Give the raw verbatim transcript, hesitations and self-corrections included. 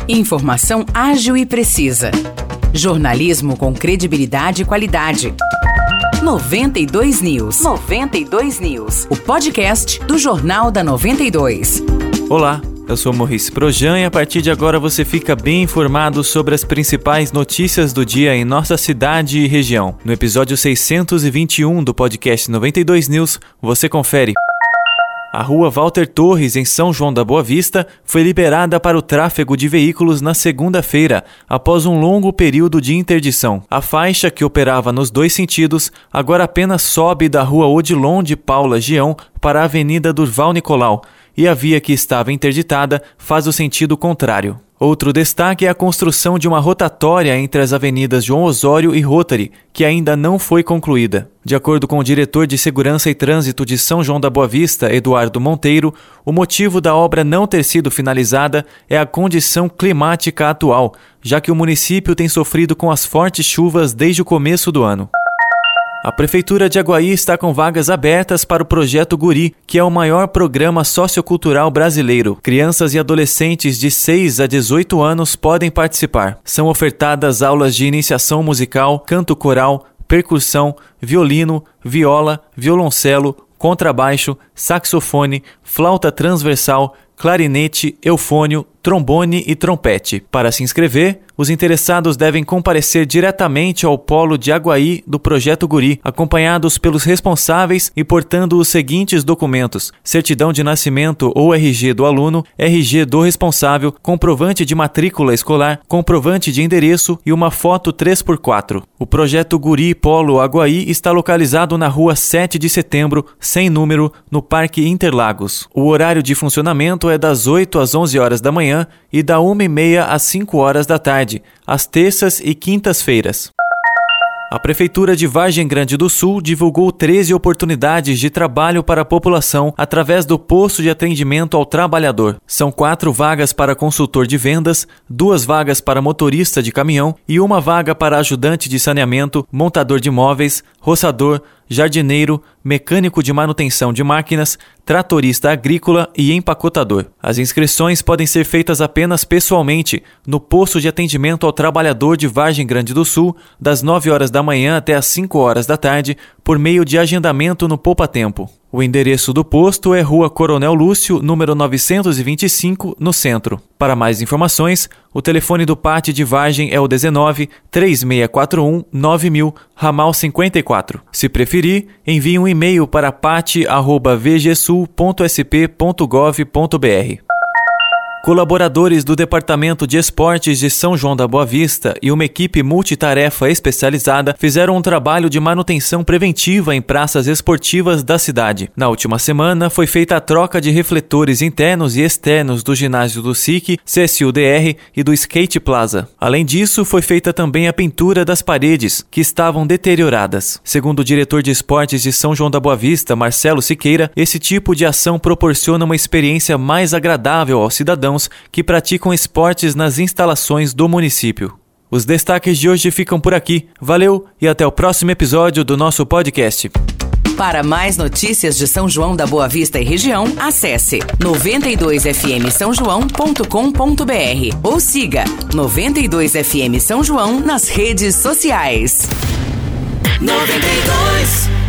Informação ágil e precisa. Jornalismo com credibilidade e qualidade. noventa e dois News. noventa e dois News. O podcast do Jornal da noventa e dois. Olá, eu sou Maurice Projan e a partir de agora você fica bem informado sobre as principais notícias do dia em nossa cidade e região. No episódio seiscentos e vinte e um do podcast noventa e dois News, você confere. A rua Walter Torres, em São João da Boa Vista, foi liberada para o tráfego de veículos na segunda-feira, após um longo período de interdição. A faixa, que operava nos dois sentidos, agora apenas sobe da rua Odilon de Paula Gião para a Avenida Durval Nicolau, e a via que estava interditada faz o sentido contrário. Outro destaque é a construção de uma rotatória entre as avenidas João Osório e Rotary, que ainda não foi concluída. De acordo com o diretor de Segurança e Trânsito de São João da Boa Vista, Eduardo Monteiro, o motivo da obra não ter sido finalizada é a condição climática atual, já que o município tem sofrido com as fortes chuvas desde o começo do ano. A Prefeitura de Aguaí está com vagas abertas para o Projeto Guri, que é o maior programa sociocultural brasileiro. Crianças e adolescentes de seis a dezoito anos podem participar. São ofertadas aulas de iniciação musical, canto coral, percussão, violino, viola, violoncelo, contrabaixo, saxofone, flauta transversal, clarinete, eufônio, trombone e trompete. Para se inscrever, os interessados devem comparecer diretamente ao polo de Aguaí do Projeto Guri, acompanhados pelos responsáveis e portando os seguintes documentos: certidão de nascimento ou R G do aluno, R G do responsável, comprovante de matrícula escolar, comprovante de endereço e uma foto três por quatro. O Projeto Guri Polo Aguaí está localizado na rua sete de setembro, sem número, no Parque Interlagos. O horário de funcionamento é das oito às onze horas da manhã e da uma e meia às cinco horas da tarde, às terças e quintas-feiras. A Prefeitura de Vargem Grande do Sul divulgou treze oportunidades de trabalho para a população através do posto de atendimento ao trabalhador. São quatro vagas para consultor de vendas, duas vagas para motorista de caminhão e uma vaga para ajudante de saneamento, montador de móveis, roçador, jardineiro, mecânico de manutenção de máquinas, tratorista agrícola e empacotador. As inscrições podem ser feitas apenas pessoalmente no posto de atendimento ao trabalhador de Vargem Grande do Sul, das nove horas da manhã até as cinco horas da tarde, por meio de agendamento no Poupa Tempo. O endereço do posto é Rua Coronel Lúcio, número novecentos e vinte e cinco, no centro. Para mais informações, o telefone do P A T de Vargem é o dezenove, três seis quatro um, nove mil, ramal cinquenta e quatro. Se preferir, envie um e-mail para pat arroba v g sul ponto s p ponto gov ponto b r. Colaboradores do Departamento de Esportes de São João da Boa Vista e uma equipe multitarefa especializada fizeram um trabalho de manutenção preventiva em praças esportivas da cidade. Na última semana, foi feita a troca de refletores internos e externos do ginásio do S I C, C S U D R e do Skate Plaza. Além disso, foi feita também a pintura das paredes, que estavam deterioradas. Segundo o diretor de esportes de São João da Boa Vista, Marcelo Siqueira, esse tipo de ação proporciona uma experiência mais agradável aos cidadãos que praticam esportes nas instalações do município. Os destaques de hoje ficam por aqui. Valeu e até o próximo episódio do nosso podcast. Para mais notícias de São João da Boa Vista e região, acesse noventa e dois f m são joão ponto com ponto b r ou siga noventa e dois F M São João nas redes sociais. noventa e dois